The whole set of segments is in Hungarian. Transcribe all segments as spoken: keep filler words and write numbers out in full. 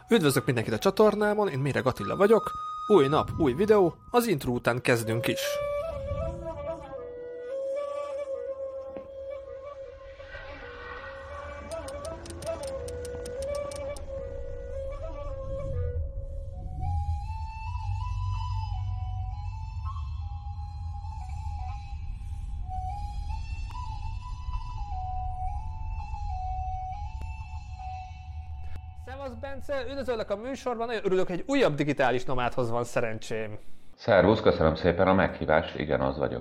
Üdvözlök mindenkit a csatornámon, én Méreg Attila vagyok. Új nap, új videó, az intro után kezdünk is. Szevasz Bence, üdvözöllek a műsorban, nagyon örülök, hogy egy újabb digitális nomádhoz van szerencsém. Szervusz, köszönöm szépen a meghívást, igen, az vagyok.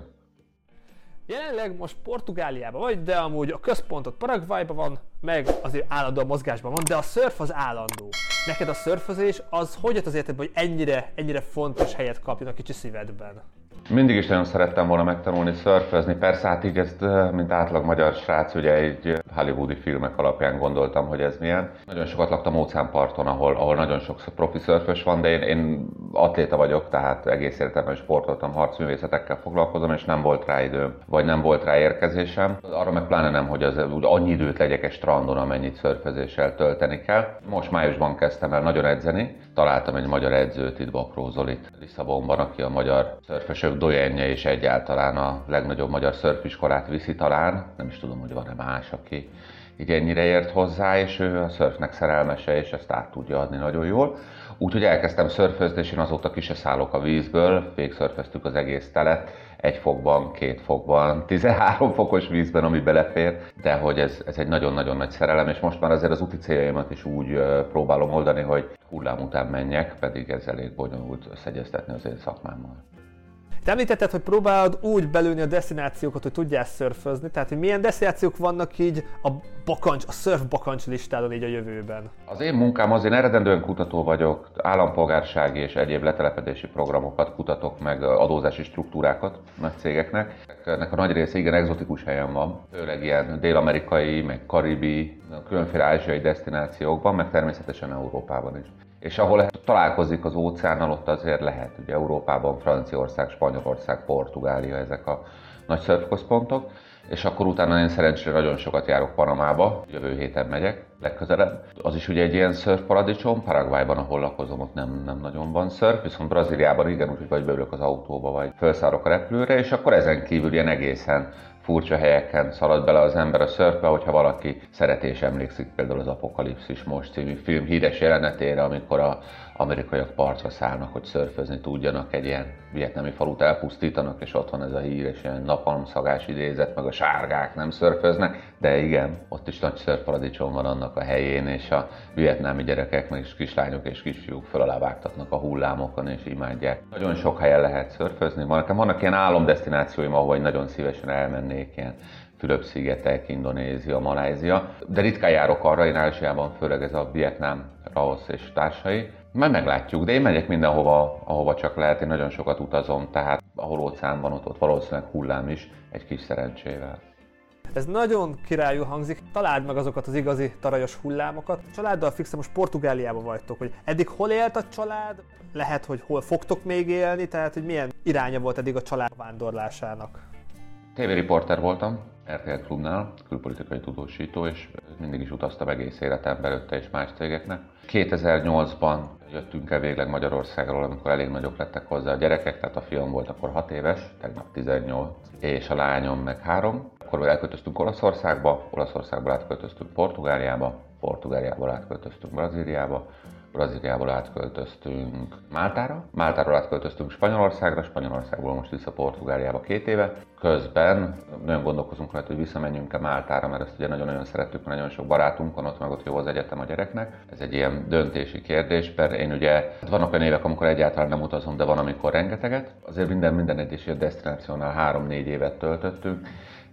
Jelenleg most Portugáliában vagy, de amúgy a központot Paraguayban van, meg azért állandóan mozgásban van, de a szörf az állandó. Neked a szörfözés az hogy jött az életedben, hogy ennyire, ennyire fontos helyet kapjon a kicsi szívedben? Mindig is nagyon szerettem volna megtanulni szörfözni, persze hát így ezt, mint átlag magyar srác, ugye egy hollywoodi filmek alapján gondoltam, hogy ez milyen. Nagyon sokat laktam óceánparton, ahol, ahol nagyon sok profi szörfös van, de én, én atléta vagyok, tehát egész életemben sportoltam, harcművészetekkel foglalkozom, és nem volt rá időm, vagy nem volt rá érkezésem. Arra meg pláne nem, hogy az úgy annyi időt legyek egy strandon, amennyit szörfözéssel tölteni kell. Most májusban kezdtem el nagyon edzeni, találtam egy magyar edzőt, itt Bakró Zolit Lisszabonban, aki a magyar szörfösök dojenje és egyáltalán a legnagyobb magyar szörfiskolát viszi talán. Nem is tudom, hogy van-e más, aki így ennyire ért hozzá, és ő a szörfnek szerelmese, és ezt át tudja adni nagyon jól. Úgyhogy elkezdtem szörfözni, és én azóta ki se szállok a vízből, végigszörföztük az egész telet, egy fokban, két fokban, tizenhárom fokos vízben, ami belefér, de hogy ez, ez egy nagyon-nagyon nagy szerelem, és most már azért az úti céljaimat is úgy próbálom oldani, hogy hullám után menjek, pedig ez elég bonyolult összeegyeztetni az én szakmámmal. Te említetted, hogy próbálod úgy belőni a desztinációkat, hogy tudjál szörfözni, tehát hogy milyen desztinációk vannak így a bakancs, a szörf bakancs listádon így a jövőben? Az én munkám az, én eredendően kutató vagyok, állampolgársági és egyéb letelepedési programokat kutatok, meg adózási struktúrákat nagy cégeknek. Ennek a nagy része igen egzotikus helyen van, főleg ilyen dél-amerikai, meg karibi, különféle ázsiai desztinációkban, meg természetesen Európában is. És ahol találkozik az óceánnal, ott azért lehet. Ugye Európában Franciaország, Spanyolország, Portugália, ezek a nagy szörfközpontok. És akkor utána én szerencsére nagyon sokat járok Panamába, jövő héten megyek, legközelebb. Az is ugye egy ilyen szörfparadicsom, Paraguayban, ahol lakozom, ott nem, nem nagyon van szörf, viszont Brazíliában igen, úgyhogy vagy beülök az autóba, vagy felszállok a repülőre, és akkor ezen kívül ilyen egészen furcsa helyeken szalad bele az ember a szörfbe, hogyha valaki szereti és emlékszik például az Apokalipszis Most című film híres jelenetére, amikor az amerikaiak partra szállnak, hogy szörfözni tudjanak, egy ilyen vietnámi falut elpusztítanak, és ott van ez a híres ilyen napalmszagás idézet, meg a sárgák nem szörföznek, de igen, ott is nagy szörfparadicsom van annak a helyén, és a vietnámi gyerekek, meg is kislányok és kisfiúk föl alá vágtatnak a hullámokon, és imádják. Nagyon sok helyen lehet szörfözni, nekem vannak ilyen álomdesztinációim, ahol nagyon szívesen elmennék, ilyen Fülöp-szigetek, Indonézia, Malajzia, de ritkán járok arra, én Ázsiában, főleg ez a Vietnám, Laosz és társai. Majd meglátjuk, de én megyek mindenhova, ahova csak lehet, én nagyon sokat utazom, tehát ahol óceán van, ott, ott valószínűleg hullám is, egy kis szerencsével. Ez nagyon királyul hangzik, találd meg azokat az igazi tarajos hullámokat. A családdal fixen most Portugáliában vagytok, hogy eddig hol élt a család, lehet, hogy hol fogtok még élni, tehát hogy milyen iránya volt eddig a család vándorlásának? tévériporter voltam, er té el Klubnál, külpolitikai tudósító, és mindig is utaztam egész életemben előtte és más cégeknek. kétezer-nyolcban jöttünk el végleg Magyarországról, amikor elég nagyok lettek hozzá a gyerekek, tehát a fiam volt akkor hat éves, tegnap tizennyolc, és a lányom meg három. Akkor elköltöztünk Olaszországba, Olaszországból átköltöztünk Portugáliába, Portugáliából átköltöztünk Brazíliába, Brazíliából átköltöztünk Máltára, Máltáról átköltöztünk Spanyolországra, Spanyolországból most vissza Portugáliába két éve. Közben nagyon gondolkozunk rajta, hogy visszamenjünk-e Máltára, mert ezt ugye nagyon-nagyon szerettük, mert nagyon sok barátunk van ott, meg ott jó az egyetem a gyereknek. Ez egy ilyen döntési kérdés, mert én ugye, vannak olyan évek, amikor egyáltalán nem utazom, de van, amikor rengeteget. Azért minden, minden egyes desztinációnál három-négy évet töltöttünk,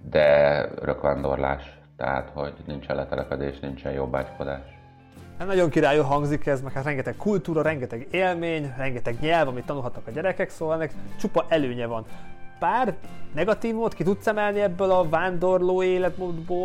de örökvándorlás, tehát hogy nincsen letelepedés, nincsen jobbágykodás. Hát nagyon királyul hangzik ez, meg hát rengeteg kultúra, rengeteg élmény, rengeteg nyelv, amit tanulhatnak a gyerekek, szóval ennek csupa előnye van. Pár negatívumot ki tudsz emelni ebből a vándorló életmódból?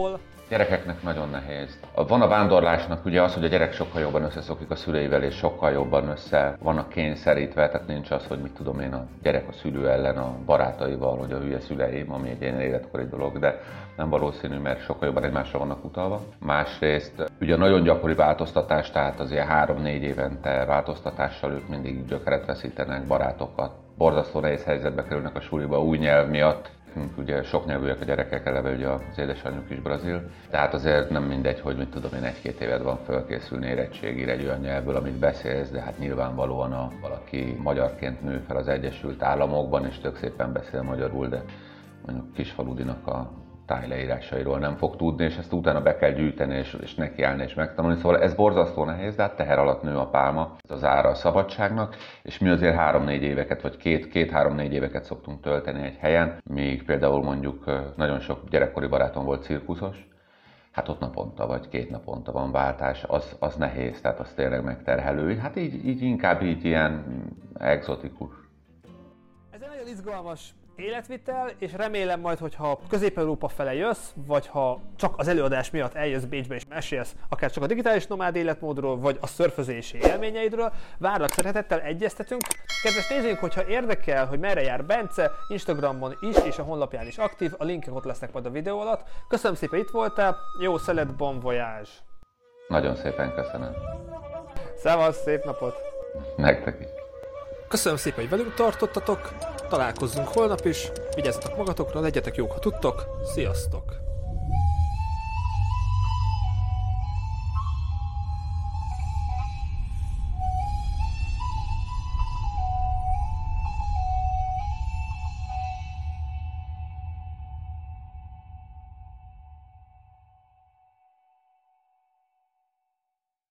Gyerekeknek nagyon nehéz. Van a vándorlásnak ugye az, hogy a gyerek sokkal jobban összeszokik a szüleivel, és sokkal jobban össze vannak kényszerítve, tehát nincs az, hogy mit tudom én, a gyerek a szülő ellen a barátaival, hogy a hülye szüleim, ami egy ilyen életkori dolog, de nem valószínű, mert sokkal jobban egymásra vannak utalva. Másrészt ugye nagyon gyakori változtatás, tehát az ilyen három-négy évente változtatással ők mindig gyökeret veszítenek, barátokat. Borzasztó nehéz helyzetbe kerülnek a suliba új nyelv miatt. Ugye sok nyelvűek a gyerekek, eleve ugye az édesanyjuk is brazil. Tehát azért nem mindegy, hogy mit tudom én, egy-két éved van fölkészülni érettségire egy olyan nyelvből, amit beszélsz, de hát nyilvánvalóan a, valaki magyarként nő fel az Egyesült Államokban, és tök szépen beszél magyarul, de mondjuk Kisfaludinak a tájleírásairól nem fog tudni, és ezt utána be kell gyűjteni, és, és nekiállni és megtanulni. Szóval ez borzasztó nehéz, de hát teher alatt nő a pálma, ez az ára a szabadságnak, és mi azért három-négy éveket, vagy két-három-négy éveket szoktunk tölteni egy helyen, míg például mondjuk nagyon sok gyerekkori barátom volt cirkuszos, hát ott naponta vagy két naponta van váltás, az, az nehéz, tehát az tényleg megterhelő. Hát így, így inkább így ilyen egzotikus. Ez egy nagyon izgalmas életvitel, és remélem majd, hogyha Közép-Európa fele jössz, vagy ha csak az előadás miatt eljössz Bécsbe és mesélsz, akár csak a digitális nomád életmódról, vagy a szörfözési élményeidről, várlak szeretettel, egyeztetünk. Kedves nézőink, hogyha érdekel, hogy merre jár Bence, Instagramon is és a honlapján is aktív, a linkek ott lesznek majd a videó alatt. Köszönöm szépen, itt voltál, jó szelet, bon voyage! Nagyon szépen köszönöm. Szevasz, szép napot! Nektek is. Köszönöm szépen, hogy velünk tartottatok, találkozzunk holnap is, vigyázzatok magatokra, legyetek jók, ha tudtok, sziasztok!